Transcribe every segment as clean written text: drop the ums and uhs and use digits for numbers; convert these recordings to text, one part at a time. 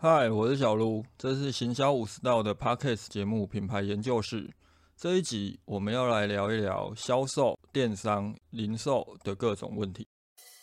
嗨，我是小卢，这是行销50道的 Podcast 节目品牌研究室。这一集我们要来聊一聊销售、电商、零售的各种问题。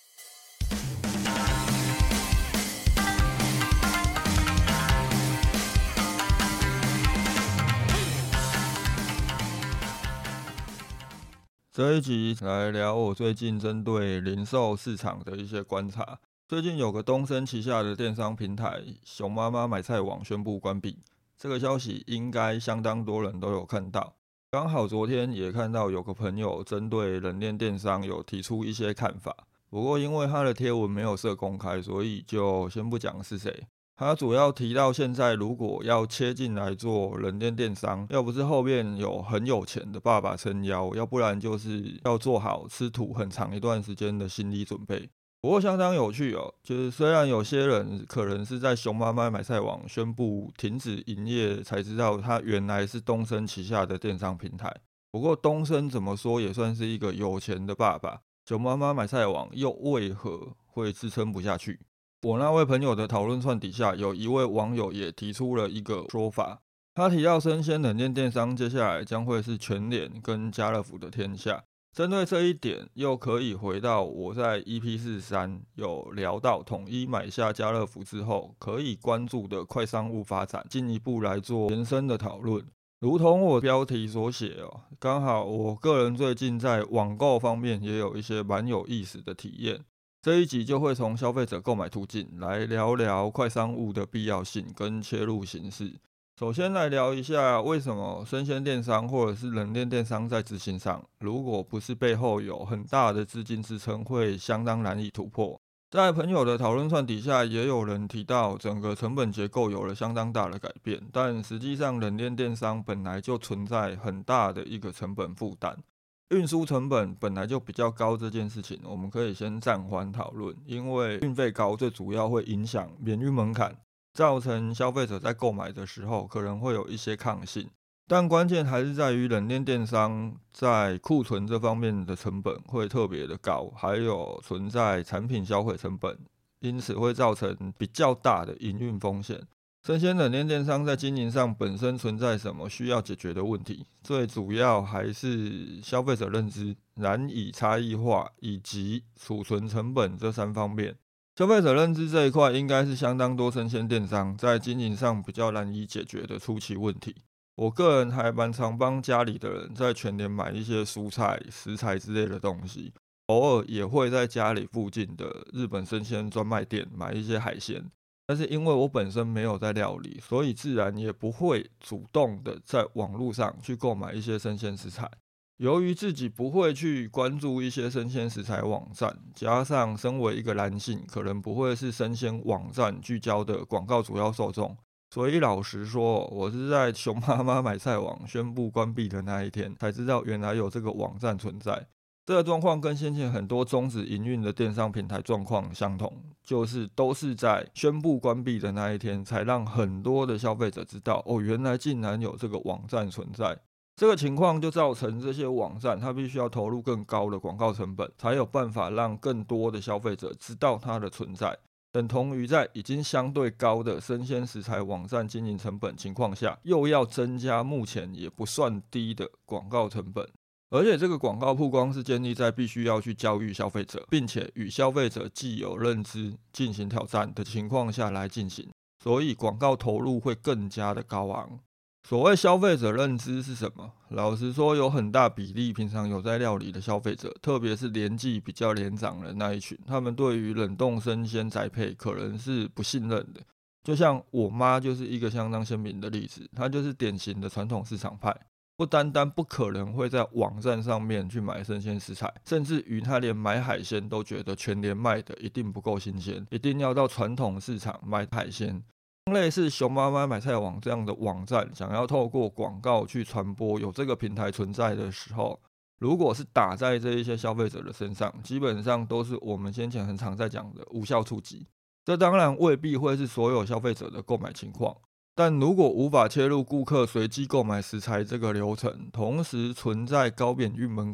这一集来聊我最近针对零售市场的一些观察。最近有个东森旗下的电商平台熊妈妈买菜网宣布关闭，这个消息应该相当多人都有看到。刚好昨天也看到有个朋友针对冷链电商有提出一些看法，不过因为他的贴文没有设公开，所以就先不讲是谁。他主要提到现在如果要切进来做冷链电商，要不是后面有很有钱的爸爸撑腰，要不然就是要做好吃土很长一段时间的心理准备。不过相当有趣哦，就是虽然有些人可能是在熊妈妈买菜网宣布停止营业才知道它原来是东森旗下的电商平台，不过东森怎么说也算是一个有钱的爸爸，熊妈妈买菜网又为何会支撑不下去？我那位朋友的讨论串底下，有一位网友也提出了一个说法，他提到生鲜冷链电商接下来将会是全联跟家乐福的天下。针对这一点，又可以回到我在 EP43 有聊到统一买下家乐福之后，可以关注的快商务发展，进一步来做延伸的讨论。如同我标题所写刚好我个人最近在网购方面也有一些蛮有意思的体验。这一集就会从消费者购买途径来聊聊快商务的必要性跟切入形式。首先来聊一下为什么生鲜电商或者是冷链电商在执行上，如果不是背后有很大的资金支撑，会相当难以突破。在朋友的讨论串底下，也有人提到整个成本结构有了相当大的改变，但实际上冷链电商本来就存在很大的一个成本负担。运输成本本来就比较高，这件事情我们可以先暂缓讨论，因为运费高最主要会影响免运门槛，造成消费者在购买的时候可能会有一些抗性。但关键还是在于冷链电商在库存这方面的成本会特别的高，还有存在产品销毁成本，因此会造成比较大的营运风险。生鲜冷链电商在经营上本身存在什么需要解决的问题？最主要还是消费者认知难以差异化，以及储存成本这三方面。消费者认知这一块应该是相当多生鲜电商在经营上比较难以解决的初期问题。我个人还蛮常帮家里的人在全联买一些蔬菜、食材之类的东西，偶尔也会在家里附近的日本生鲜专卖店买一些海鲜。但是因为我本身没有在料理，所以自然也不会主动的在网络上去购买一些生鲜食材。由于自己不会去关注一些生鲜食材网站，加上身为一个男性，可能不会是生鲜网站聚焦的广告主要受众，所以老实说，我是在熊妈妈买菜网宣布关闭的那一天，才知道原来有这个网站存在。这个状况跟先前很多终止营运的电商平台状况相同，就是都是在宣布关闭的那一天，才让很多的消费者知道，原来竟然有这个网站存在。这个情况就造成这些网站它必须要投入更高的广告成本，才有办法让更多的消费者知道它的存在。等同于在已经相对高的生鲜食材网站经营成本情况下，又要增加目前也不算低的广告成本。而且这个广告曝光是建立在必须要去教育消费者，并且与消费者既有认知进行挑战的情况下来进行，所以广告投入会更加的高昂。所谓消费者认知是什么？老实说，有很大比例平常有在料理的消费者，特别是年纪比较年长的那一群，他们对于冷冻生鲜宅配可能是不信任的。就像我妈就是一个相当鲜明的例子，她就是典型的传统市场派。不单单不可能会在网站上面去买生鲜食材，甚至于他连买海鲜都觉得全联卖的一定不够新鲜，一定要到传统市场买海鲜。类似熊妈妈买菜网这样的网站，想要透过广告去传播有这个平台存在的时候，如果是打在这一些消费者的身上，基本上都是我们先前很常在讲的无效触及。这当然未必会是所有消费者的购买情况。但如果无法切入顾客随机购买食材这个流程，同时存在高免运门槛，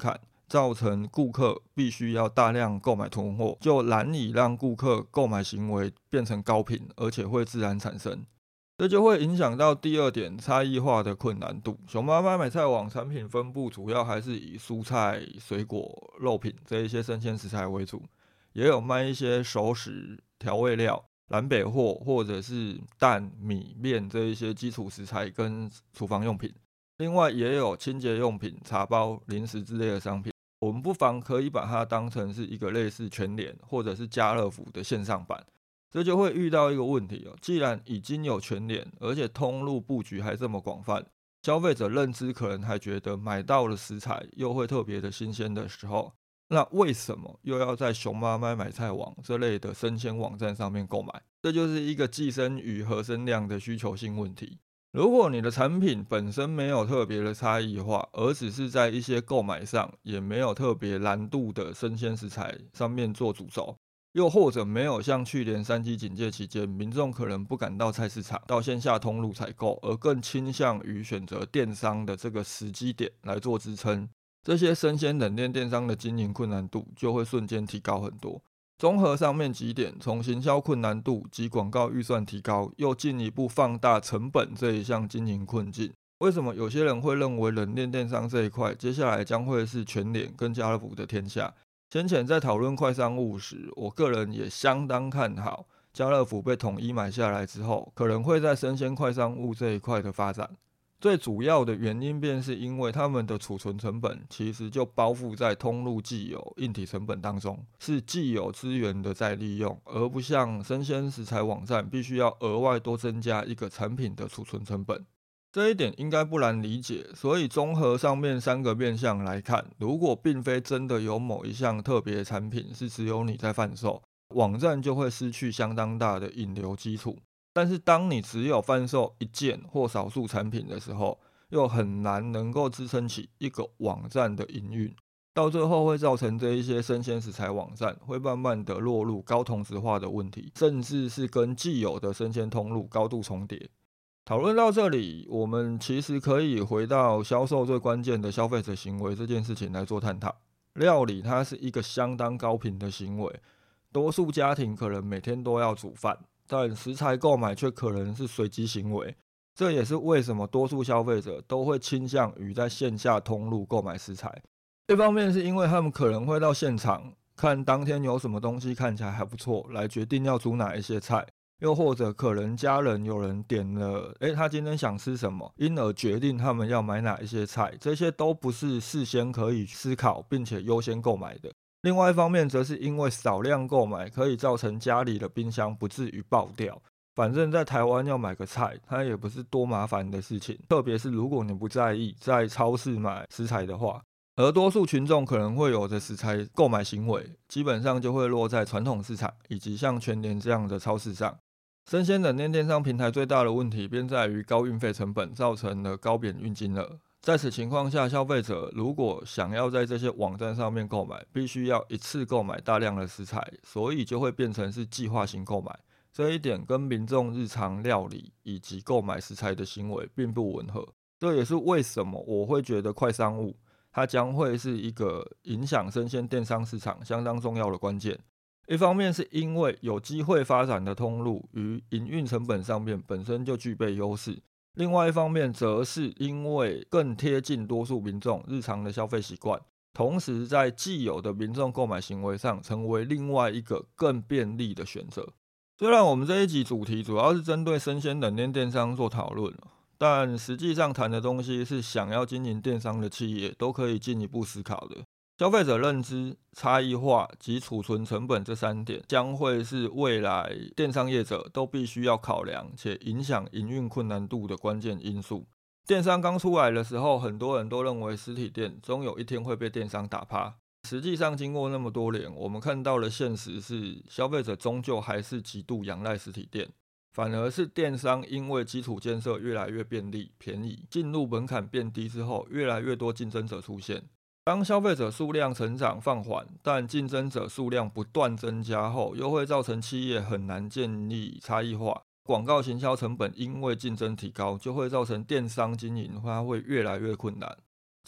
造成顾客必须要大量购买囤货，就难以让顾客购买行为变成高频，而且会自然产生。这就会影响到第二点，差异化的困难度。熊妈妈买菜网产品分布主要还是以蔬菜、水果、肉品这一些生鲜食材为主，也有卖一些熟食、调味料、南北货或者是蛋、米、面这一些基础食材跟厨房用品。另外也有清洁用品、茶包、零食之类的商品。我们不妨可以把它当成是一个类似全联或者是家乐福的线上版。这就会遇到一个问题既然已经有全联，而且通路布局还这么广泛，消费者认知可能还觉得买到了食材又会特别的新鲜的时候，那为什么又要在熊妈妈买菜网这类的生鲜网站上面购买？这就是一个寄生与合生量的需求性问题。如果你的产品本身没有特别的差异化，而只是在一些购买上也没有特别难度的生鲜食材上面做主轴，又或者没有像去年3级警戒期间，民众可能不敢到菜市场、到线下通路采购，而更倾向于选择电商的这个时机点来做支撑，这些生鲜冷链电商的经营困难度就会瞬间提高很多。综合上面几点，从行销困难度及广告预算提高，又进一步放大成本这一项经营困境。为什么有些人会认为冷链电商这一块接下来将会是全联跟家乐福的天下？先前在讨论快商务时，我个人也相当看好家乐福被统一买下来之后，可能会在生鲜快商务这一块的发展。最主要的原因便是因为他们的储存成本其实就包覆在通路既有硬体成本当中，是既有资源的再利用，而不像生鲜食材网站必须要额外多增加一个产品的储存成本。这一点应该不难理解，所以综合上面3个面向来看，如果并非真的有某一项特别产品是只有你在贩售，网站就会失去相当大的引流基础。但是当你只有贩售一件或少数产品的时候，又很难能够支撑起一个网站的营运，到最后会造成这一些生鲜食材网站会慢慢的落入高同质化的问题，甚至是跟既有的生鲜通路高度重叠。讨论到这里，我们其实可以回到销售最关键的消费者行为这件事情来做探讨。料理它是一个相当高频的行为，多数家庭可能每天都要煮饭，但食材购买却可能是随机行为。这也是为什么多数消费者都会倾向于在线下通路购买食材。一方面是因为他们可能会到现场看当天有什么东西看起来还不错，来决定要煮哪一些菜。又或者可能家人有人点了，他今天想吃什么，因而决定他们要买哪一些菜，这些都不是事先可以思考并且优先购买的。另外一方面则是因为少量购买可以造成家里的冰箱不至于爆掉，反正在台湾要买个菜，它也不是多麻烦的事情，特别是如果你不在意在超市买食材的话。而多数群众可能会有的食材购买行为，基本上就会落在传统市场以及像全联这样的超市上。生鲜冷链电商平台最大的问题便在于高运费成本造成了高贬运金额。在此情况下，消费者如果想要在这些网站上面购买，必须要一次购买大量的食材，所以就会变成是计划型购买。这一点跟民众日常料理以及购买食材的行为并不吻合。这也是为什么我会觉得快商务它将会是一个影响生鲜电商市场相当重要的关键。一方面是因为有机会发展的通路于营运成本上面本身就具备优势，另外一方面则是因为更贴近多数民众日常的消费习惯，同时在既有的民众购买行为上成为另外一个更便利的选择。虽然我们这一集主题主要是针对生鲜冷链电商做讨论，但实际上谈的东西是想要经营电商的企业都可以进一步思考的。消费者认知、差异化及储存成本这3点将会是未来电商业者都必须要考量且影响营运困难度的关键因素。电商刚出来的时候，很多人都认为实体店终有一天会被电商打趴。实际上经过那么多年，我们看到的现实是消费者终究还是极度仰赖实体店，反而是电商因为基础建设越来越便利、便宜，进入门槛变低之后，越来越多竞争者出现。当消费者数量成长放缓，但竞争者数量不断增加后，又会造成企业很难建立差异化。广告行销成本因为竞争提高，就会造成电商经营它会越来越困难。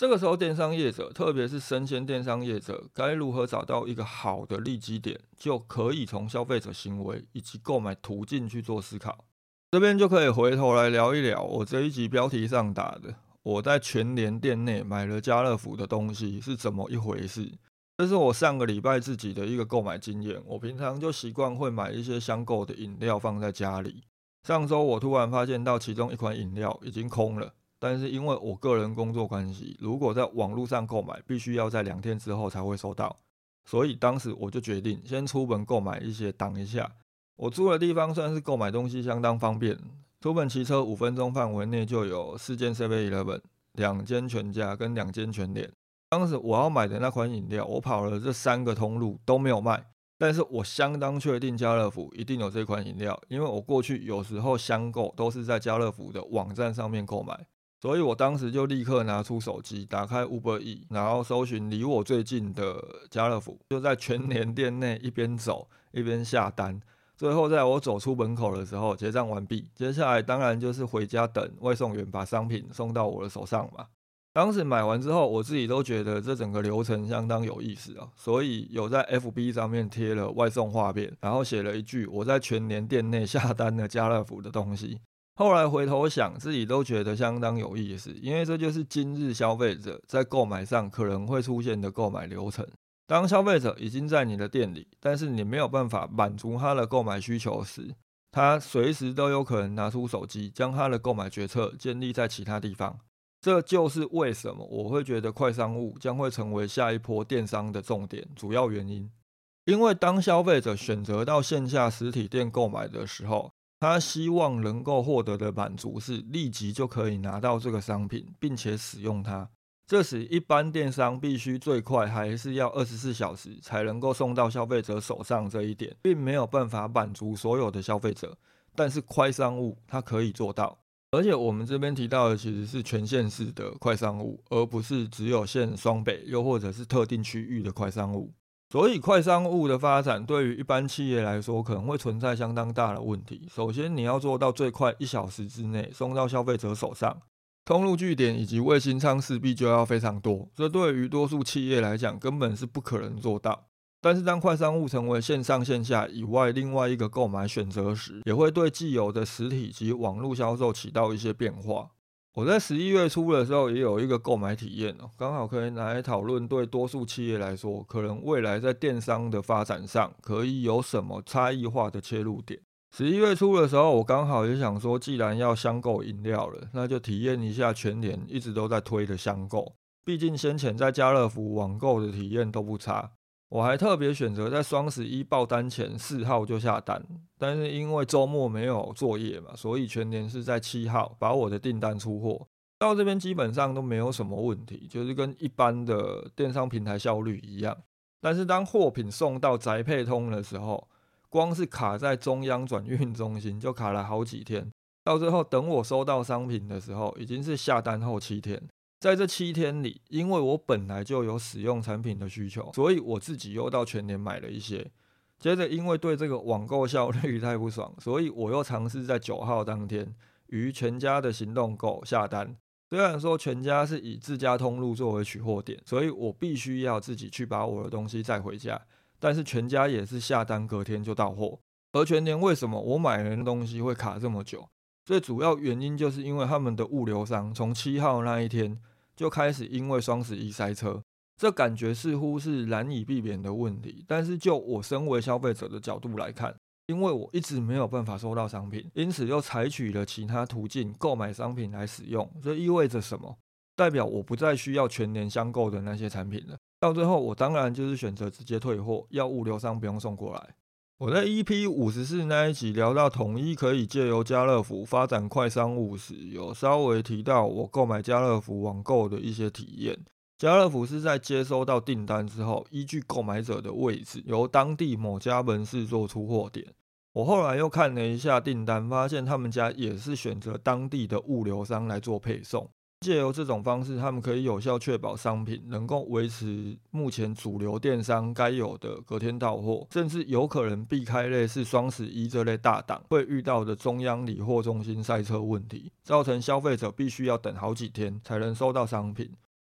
这个时候，电商业者，特别是生鲜电商业者，该如何找到一个好的利基点，就可以从消费者行为以及购买途径去做思考。这边就可以回头来聊一聊我这一集标题上打的，我在全联店内买了家乐福的东西是怎么一回事。这是我上个礼拜自己的一个购买经验。我平常就习惯会买一些箱购的饮料放在家里。上周我突然发现到其中一款饮料已经空了。但是因为我个人工作关系，如果在网络上购买，必须要在2天之后才会收到，所以当时我就决定先出门购买一些挡一下。我住的地方算是购买东西相当方便，出门骑车5分钟范围内就有4间 7-Eleven、2间全家跟2间全联。当时我要买的那款饮料，我跑了这3个通路都没有卖，但是我相当确定家乐福一定有这款饮料，因为我过去有时候箱购都是在家乐福的网站上面购买。所以我当时就立刻拿出手机，打开 Uber Eats， 然后搜寻离我最近的家乐福，就在全联店内一边走一边下单。最后在我走出门口的时候结账完毕，接下来当然就是回家等外送员把商品送到我的手上嘛。当时买完之后，我自己都觉得这整个流程相当有意思啊，所以有在 FB 上面贴了外送画面，然后写了一句我在全联店内下单了家乐福的东西。后来回头想，自己都觉得相当有意思，因为这就是今日消费者在购买上可能会出现的购买流程。当消费者已经在你的店里，但是你没有办法满足他的购买需求时，他随时都有可能拿出手机，将他的购买决策建立在其他地方。这就是为什么我会觉得快商务将会成为下一波电商的重点主要原因。因为当消费者选择到线下实体店购买的时候，他希望能够获得的满足是立即就可以拿到这个商品，并且使用它。这时一般电商必须最快还是要24小时才能够送到消费者手上，这一点并没有办法满足所有的消费者，但是快商务它可以做到。而且我们这边提到的其实是全县市的快商务，而不是只有限双北又或者是特定区域的快商务。所以快商务的发展对于一般企业来说可能会存在相当大的问题。首先你要做到最快1小时之内送到消费者手上，通路据点以及卫星仓势必就要非常多，这对于多数企业来讲根本是不可能做到。但是当快商务成为线上线下以外另外一个购买选择时，也会对既有的实体及网络销售起到一些变化。我在11月初的时候也有一个购买体验刚好可以拿来讨论对多数企业来说，可能未来在电商的发展上可以有什么差异化的切入点。11月初的时候，我刚好也想说，既然要箱购饮料了，那就体验一下全联一直都在推的箱购。毕竟先前在家乐福网购的体验都不差。我还特别选择在双11爆单前4号就下单，但是因为周末没有作业嘛，所以全联是在7号把我的订单出货。到这边基本上都没有什么问题，就是跟一般的电商平台效率一样。但是当货品送到宅配通的时候，光是卡在中央转运中心就卡了好几天，到最后等我收到商品的时候，已经是下单后7天。在这7天里，因为我本来就有使用产品的需求，所以我自己又到全联买了一些。接着因为对这个网购效率太不爽，所以我又尝试在9号当天于全家的行动购下单。虽然说全家是以自家通路作为取货点，所以我必须要自己去把我的东西载回家，但是全家也是下单隔天就到货。而全联为什么我买的东西会卡这么久？最主要原因就是因为他们的物流商从7号那一天就开始因为双11塞车，这感觉似乎是难以避免的问题。但是就我身为消费者的角度来看，因为我一直没有办法收到商品，因此又采取了其他途径购买商品来使用。这意味着什么？代表我不再需要全联箱购的那些产品了。到最后我当然就是选择直接退货，要物流商不用送过来。我在 EP54 那一集聊到统一可以借由家乐福发展快商务时，有稍微提到我购买家乐福网购的一些体验。家乐福是在接收到订单之后，依据购买者的位置，由当地某家门市做出货点。我后来又看了一下订单，发现他们家也是选择当地的物流商来做配送。借由这种方式，他们可以有效确保商品能够维持目前主流电商该有的隔天到货，甚至有可能避开类似双11这类大档会遇到的中央理货中心塞车问题，造成消费者必须要等好几天才能收到商品。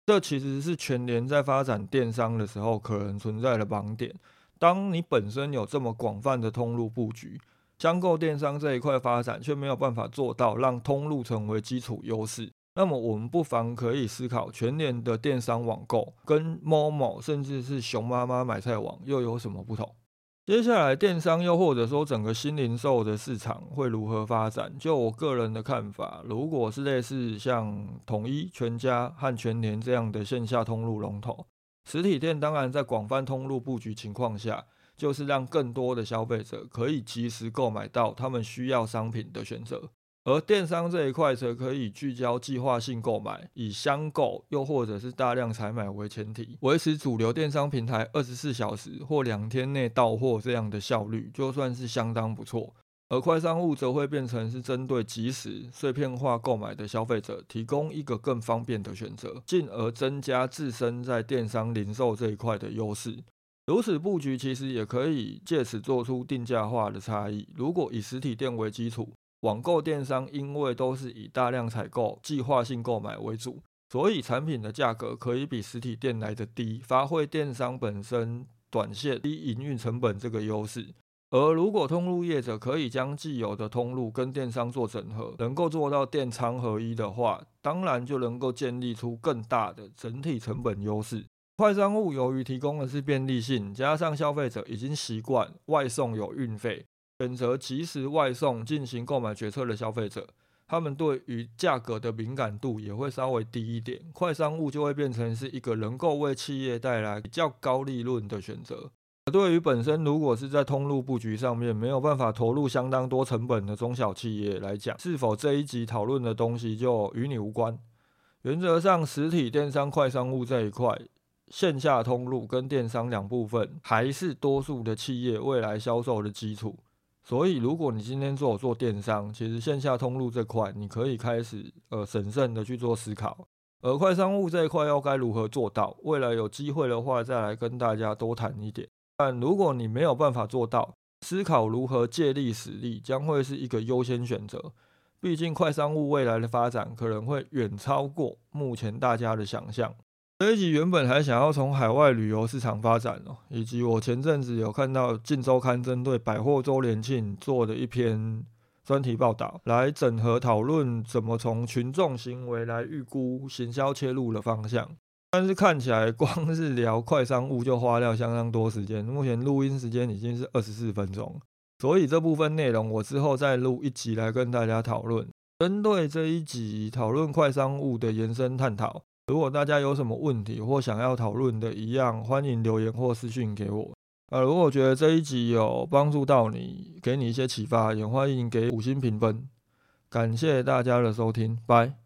这其实是全联在发展电商的时候可能存在的盲点。当你本身有这么广泛的通路布局，箱购电商这一块发展却没有办法做到让通路成为基础优势，那么我们不妨可以思考全联的电商网购跟 Momo 甚至是熊妈妈买菜网又有什么不同。接下来电商又或者说整个新零售的市场会如何发展？就我个人的看法，如果是类似像统一、全家和全联这样的线下通路龙头，实体店当然在广泛通路布局情况下，就是让更多的消费者可以及时购买到他们需要商品的选择。而电商这一块则可以聚焦计划性购买，以箱购又或者是大量采买为前提，维持主流电商平台24小时或2天内到货这样的效率，就算是相当不错。而快商务则会变成是针对即时碎片化购买的消费者，提供一个更方便的选择，进而增加自身在电商零售这一块的优势。如此布局其实也可以借此做出定价化的差异。如果以实体店为基础，网购电商因为都是以大量采购、计划性购买为主，所以产品的价格可以比实体店来得低，发挥电商本身短线低营运成本这个优势。而如果通路业者可以将既有的通路跟电商做整合，能够做到电仓合一的话，当然就能够建立出更大的整体成本优势。快商务由于提供的是便利性，加上消费者已经习惯外送有运费，选择即时外送进行购买决策的消费者，他们对于价格的敏感度也会稍微低一点，快商务就会变成是一个能够为企业带来比较高利润的选择。对于本身如果是在通路布局上面没有办法投入相当多成本的中小企业来讲，是否这一集讨论的东西就与你无关。原则上，实体电商快商务这一块，线下通路跟电商两部分还是多数的企业未来销售的基础。所以如果你今天做电商，其实线下通路这块你可以开始审慎的去做思考。而快商务这一块要该如何做到，未来有机会的话再来跟大家多谈一点。但如果你没有办法做到，思考如何借力使力将会是一个优先选择。毕竟快商务未来的发展可能会远超过目前大家的想象。这一集原本还想要从海外旅游市场发展以及我前阵子有看到镜周刊针对百货周年庆做的一篇专题报道，来整合讨论怎么从群众行为来预估行销切入的方向。但是看起来光是聊快商务就花掉相当多时间，目前录音时间已经是24分钟，所以这部分内容我之后再录一集来跟大家讨论。针对这一集讨论快商务的延伸探讨，如果大家有什么问题或想要讨论的，一样欢迎留言或私讯给我。如果觉得这一集有帮助到你，给你一些启发，也欢迎给5星评分。感谢大家的收听，拜。